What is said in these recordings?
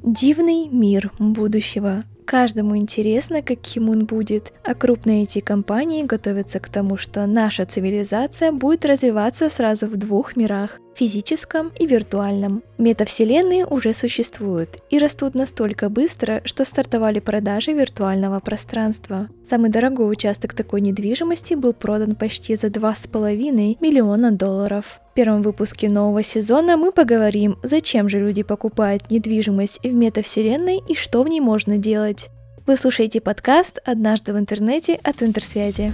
Дивный мир будущего. Каждому интересно, каким он будет, а крупные IT-компании готовятся к тому, что наша цивилизация будет развиваться сразу в двух мирах – физическом и виртуальном. Метавселенные уже существуют и растут настолько быстро, что стартовали продажи виртуального пространства. Самый дорогой участок такой недвижимости был продан почти за $2,5 миллиона. В первом выпуске нового сезона мы поговорим, зачем же люди покупают недвижимость в метавселенной и что в ней можно делать. Вы слушаете подкаст «Однажды в интернете» от Интерсвязи.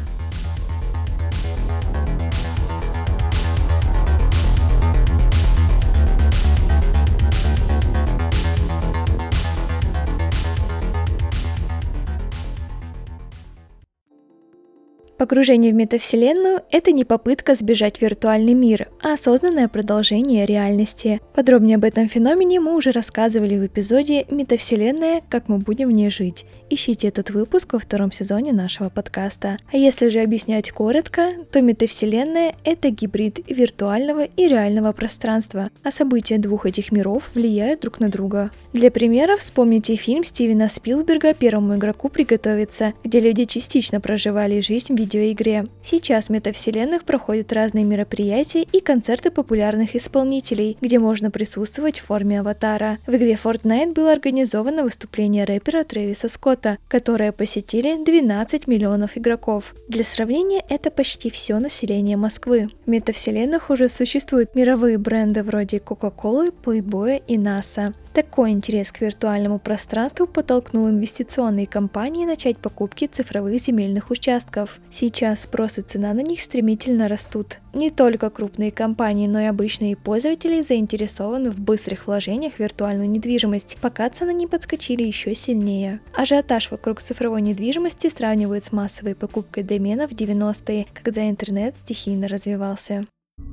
Погружение в метавселенную – это не попытка сбежать в виртуальный мир, а осознанное продолжение реальности. Подробнее об этом феномене мы уже рассказывали в эпизоде «Метавселенная. Как мы будем в ней жить». Ищите этот выпуск во втором сезоне нашего подкаста. А если же объяснять коротко, то метавселенная – это гибрид виртуального и реального пространства, а события двух этих миров влияют друг на друга. Для примера вспомните фильм Стивена Спилберга «Первому игроку приготовиться», где люди частично проживали жизнь в видеоигре. Сейчас в метавселенных проходят разные мероприятия и концерты популярных исполнителей, где можно присутствовать в форме аватара. В игре Fortnite было организовано выступление рэпера Трэвиса Скотта, которое посетили 12 миллионов игроков. Для сравнения, это почти все население Москвы. В метавселенных уже существуют мировые бренды вроде Coca-Cola, Playboy и NASA. Такой интерес к виртуальному пространству подтолкнул инвестиционные компании начать покупки цифровых земельных участков. Сейчас спрос и цена на них стремительно растут. Не только крупные компании, но и обычные пользователи заинтересованы в быстрых вложениях в виртуальную недвижимость, пока цены не подскочили еще сильнее. Ажиотаж вокруг цифровой недвижимости сравнивают с массовой покупкой доменов в 90-е, когда интернет стихийно развивался.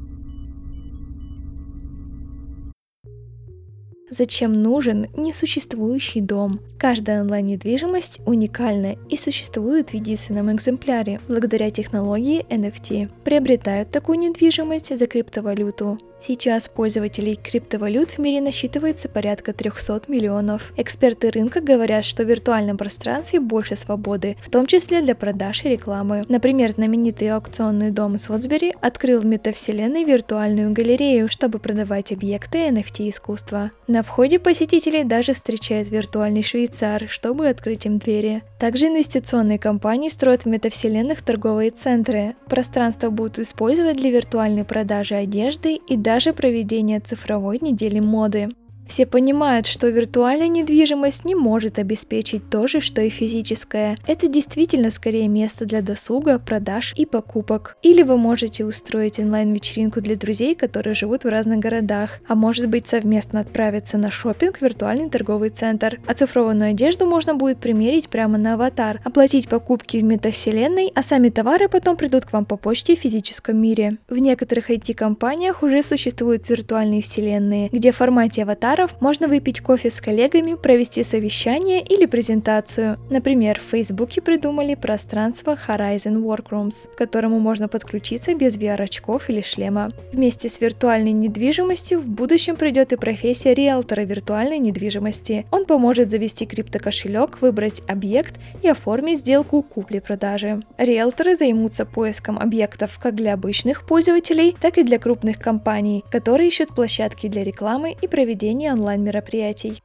Зачем нужен несуществующий дом? Каждая онлайн-недвижимость уникальна и существует в единственном экземпляре благодаря технологии NFT. Приобретают такую недвижимость за криптовалюту. Сейчас пользователей криптовалют в мире насчитывается порядка 300 миллионов. Эксперты рынка говорят, что в виртуальном пространстве больше свободы, в том числе для продаж и рекламы. Например, знаменитый аукционный дом Сотсбери открыл в метавселенной виртуальную галерею, чтобы продавать объекты NFT искусства. На входе посетителей даже встречает виртуальный швейцар, чтобы открыть им двери. Также инвестиционные компании строят в метавселенных торговые центры. Пространство будут использовать для виртуальной продажи одежды и даже проведения цифровой недели моды. Все понимают, что виртуальная недвижимость не может обеспечить то же, что и физическая. Это действительно скорее место для досуга, продаж и покупок. Или вы можете устроить онлайн-вечеринку для друзей, которые живут в разных городах, а может быть совместно отправиться на шопинг в виртуальный торговый центр. Оцифрованную одежду можно будет примерить прямо на аватар, оплатить покупки в метавселенной, а сами товары потом придут к вам по почте в физическом мире. В некоторых IT-компаниях уже существуют виртуальные вселенные, где в формате аватара можно выпить кофе с коллегами, провести совещание или презентацию. Например, в Фейсбуке придумали пространство Horizon Workrooms, к которому можно подключиться без VR-очков или шлема. Вместе с виртуальной недвижимостью в будущем придет и профессия риэлтора виртуальной недвижимости. Он поможет завести криптокошелек, выбрать объект и оформить сделку купли-продажи. Риэлторы займутся поиском объектов как для обычных пользователей, так и для крупных компаний, которые ищут площадки для рекламы и проведения онлайн-мероприятий.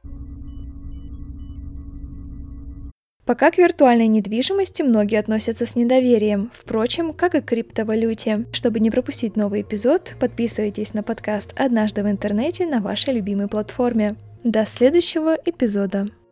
Пока к виртуальной недвижимости многие относятся с недоверием, впрочем, как и к криптовалюте. Чтобы не пропустить новый эпизод, подписывайтесь на подкаст «Однажды в интернете» на вашей любимой платформе. До следующего эпизода!